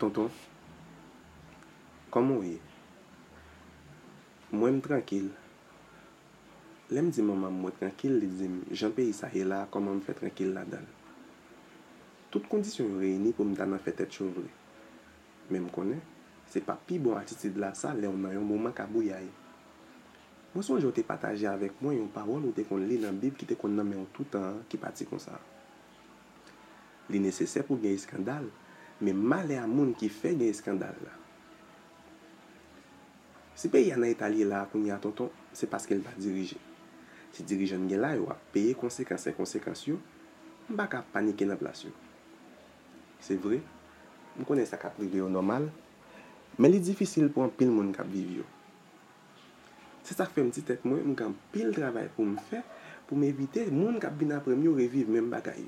Tonton, comment est? Moi, je suis tranquille. L'aime dit maman, moi tranquille, il dit, j'en paye ça et là, comment me fait tranquille là-dedans. Toutes conditions réunies pour me donner fait tête chauve. Même connais, c'est pas plus bon attitude là, ça, là, on a un moment qu'à bouillait. Moi, si je partagé avec moi une parole ou qu'on lit dans la Bible qui te qu'on nomme en tout temps, qui partit comme ça. Il est nécessaire pour gagner scandale, mais mal est à monde qui fait gagner scandale là. Si pays y en a Italie là, qu'on y a tonton, c'est parce qu'elle va diriger. Si dirigeant gen là, il va payer conséquences et conséquences, on va pas paniquer dans la place. C'est vrai, on connaît ça qui privé au normal, mais il est difficile pour un pile monde qui vivre. C'est ça qui fait une petite tête moi, j'ai un pile travail pour me faire pour m'éviter monde qui vient après moi revivre même bagaille.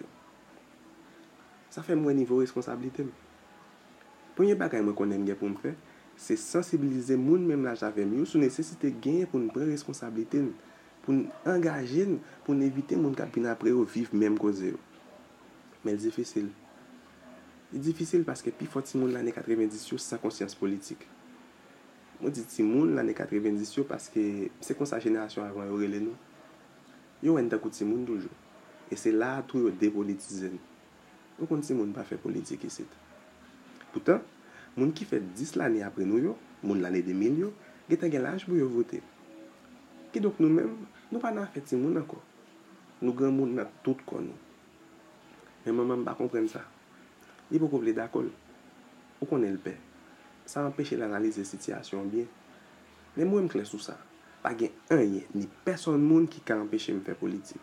Ça fait moi niveau responsabilité. Premier bagage moi connais pour me faire, c'est sensibiliser monde même là j'avais mieux sur nécessité gagner pour nous prendre responsabilité, pour nous engager, pour éviter monde qui vient après vivre même cause. Mais c'est difficile. C'est difficile parce que puis faut ti moun l'année 90 sans conscience politique. Moi dis ti moun l'année 90 parce que c'est comme sa génération avant yo relé nous. Yo en tant ti moun toujours. Et c'est là tout yo dépolitisé. On compte ti moun pas faire politique ici. Pourtant, moun qui fait 10 l'année après nous yo, moun l'année 2000 yo, gen l'âge pour yo voter. Qui donc nous-mêmes, nous pas na fait ti moun encore. Nous grand moun na tout kon nous. Mais maman pas comprendre ça. Il faut qu'on soit d'accord. Ou qu'on ait le paix. Ça empêche d'analyser la situation bien. Mais moi, je suis clair sur ça. Pas de rien, ni personne monde qui peut empêcher de faire politique.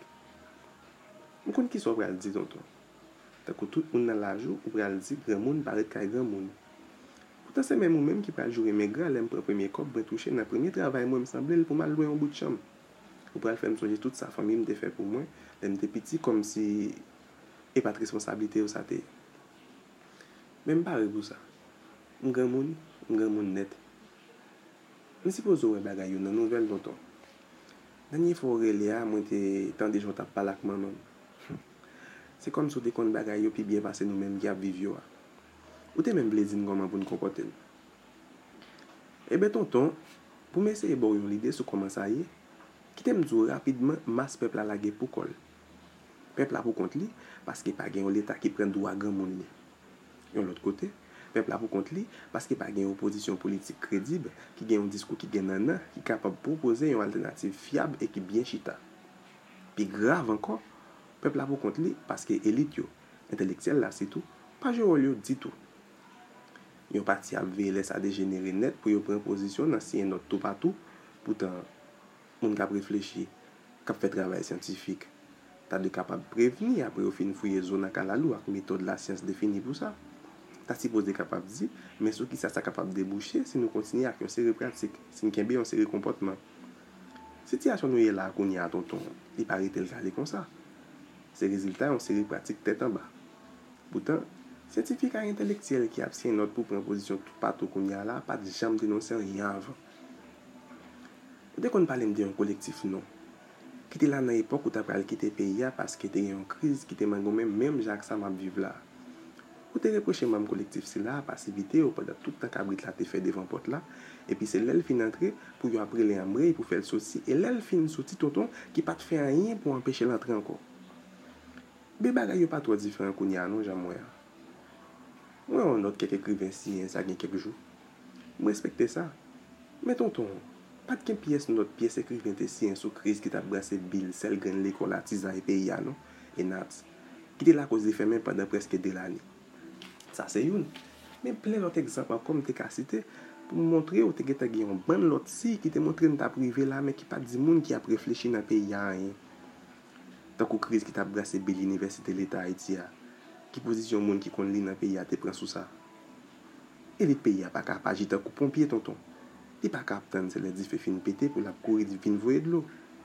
Je connais qui soit pour le dire, tonton. Tant que tout le monde dans la joue, ou pour le dire, grand monde paraît qu'il y a grand monde. Pourtant, c'est même moi-même qui peut jouer mes grands, l'aime pour le premier cop, pour toucher dans le premier travail, moi, il me semble, pour mal louer un bout de chambre. Ou pour le faire me songer toute sa famille, me fait pour moi. Elle était petit comme si il n'y a pas de responsabilité ou ça. Même pas pour ça. Un grand monde net. Je suppose que vous avez une nouvelle tonton. Dernière fois que moi j'étais tant de gens qui parlent avec maman. C'est comme si vous avez des bagailles puis bien passé nous-mêmes qui vivons. Ou t'es même plaisir comment pour nous comporter. Eh bien tonton, pour m'essayer de une idée sur comment ça y est, qui t'aime dire rapidement masse peuple à la guerre pour col. Peuple là pour contre lui parce qu'il n'y a pas l'État qui prend droit grand monde. Et de l'autre côté, peuple là pour contre lui parce qu'il n'y a pas une opposition politique crédible qui a un discours qui est nana, qui est capable de proposer une alternative fiable et qui est bien chita. Puis grave encore, peuple là pour contre lui parce que l'élite intellectuelle là c'est tout, pas jouer au lieu dit tout. Yon parti à veiller ça dégénérer net pour yon prendre position dans si notre tout partout pourtant moun qui a réfléchi, qui a fait travail scientifique, t'as de capable prévenir après au fin fouiller zone à la loi avec méthode de la science définie pour ça. T'as supposé capable dire mais ce qui ça capable déboucher si nous continuons avec une série pratique, si nous avons une série comportement. Situation nous est là qu'on y a tonton, il paraît tel aller comme ça. Ces résultats ont série pratique tête en bas. Pourtant scientifique et intellectuel qui a une note pour prendre position tout partout qu'on y a là, pas de jamais dénoncer rien avant. Dès qu'on parle d'un collectif non, qui était là dans l'époque où tu as quitté le pays parce que tu as une crise qui était même Jacques ça m'a vivre là. Ou te reprocher même collectif c'est là passivité ou pendant tout le temps qu'abrit là tu fait devant porte là et puis c'est l'elle fin entrer pour y après les embrer pour faire le sorti et l'elle fin sorti tonton qui pas fait rien pour empêcher l'entrée encore. Bé bagay yo pas trop différent qu'on y a non jamais. Ouais, on note quelques écrivains si ça gagne quelques jours. Je respecte ça. Mais tonton, pas de pièce notre pièce écrivain de science sous crise qui t'a brassé Bill, celle gagne l'école artisan et pays non et Naps. Qui était la cause des faits pendant presque 2 années. Ça c'est une. Mais plein d'autres exemples comme t'es cité pour montrer où t'es gagné un bon l'autre si qui te montré dans ta privé là mais qui pas du monde qui a réfléchi dans pays rien. Tant que crise qui t'a brassé Bill l'université l'État Haïti qui position monde qui connaît dans pays a te prend sous ça. Et les pays a pas capable agiter coup pompier tonton. Il pas capable c'est les fait fin péter pour la courir de fin voyer de l'eau.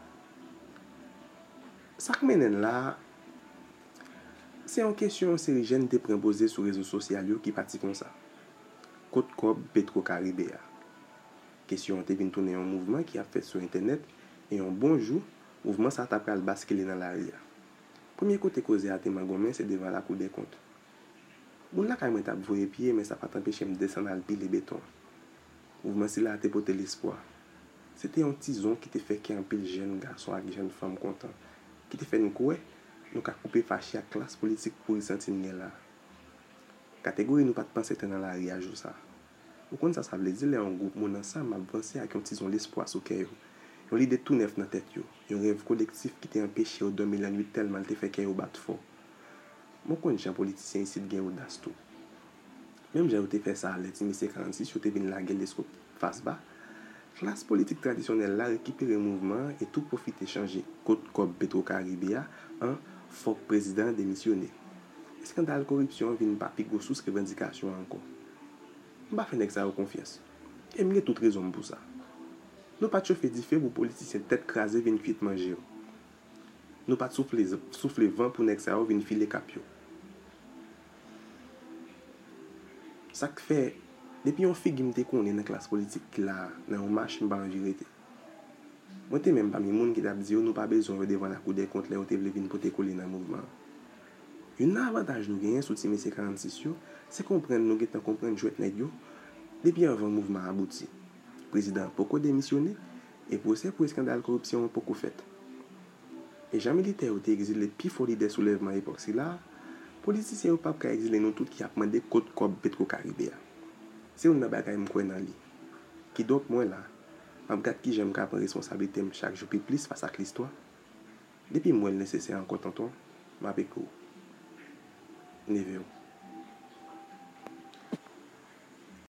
Ça qui mène là c'est une question série jeune te proposé sur les réseaux sociaux qui parti comme ça. Côte Cob Petro-Caribéa. Question te vient tourner un mouvement qui a fait sur internet et un bon jour mouvement ça t'a pral basculer dans l'arrière. Premier côté causé à Tema Gomen c'est devant la Cour des comptes. Moun la ka mwen tap voye pied, mais ça pas t'empêcher me descendre al pile béton. Mouvement si là te porter l'espoir. C'était un petit zone qui te fait qu'il y a un pile jeune garçon avec jeune femme content. Qui te fait nous quoi? Nous ka couper fâché à classe politique pour y sentir là. Catégorie nous pas de penser dans la ria jour ça. Ou kon ça veut dire un groupe mon ensemble m'a avancé avec un petit zone l'espoir sous cœur. Yon l'idée tout neuf dans tête yo. Un rêve collectif qui t'est empêché au 2008 tellement te fait qu'il bat fort. Mon kon jan politicien ici de gen audace tout. Même j'ai été fait ça à l'été 46, yo te vinn la gueule l'escope face bas. Classe politique traditionnelle là récupérer le mouvement et tout profiter changer code comme Petro-Caribéa en fort président démissionné. Scandale corruption vient pas pigo sous revendication encore. M'pa fait nek ça confiance. Et m'gè toute raison pour ça. Nous pas chauffer diffé pour politiciens tête crasée vinn cuite manger. Nous pas souffler vent pour nek ça vinn filer capio. Ça fait depuis on figue m'te connait dans classe politique là dans un marche m'pa envie rester. Moi t'es même pas mi moun qui t'a dit nous pas besoin devant la cour des comptes là on te vle vinn pour te coller dans mouvement. Un avantage nous gagnons sous TMC 46 c'est comprendre nous gagnons comprendre jouet nèg yo depuis avant mouvement abouti. Président pourquoi démissionner et procès pour scandale corruption pourquoi fait. Et jamais militaire ont exilé plus fort des soulèvements époque si là politiciens ou pas ka exilé nous tout qui a demandé code comme Petro-Caribéa. C'est une bagaille me connait dans lui. Qui donc moi là m'a gade qui j'aime ka prendre responsabilité chaque jour plus face à l'histoire. Depuis moi nécessaire encore tonton m'a avec vous. Neveu.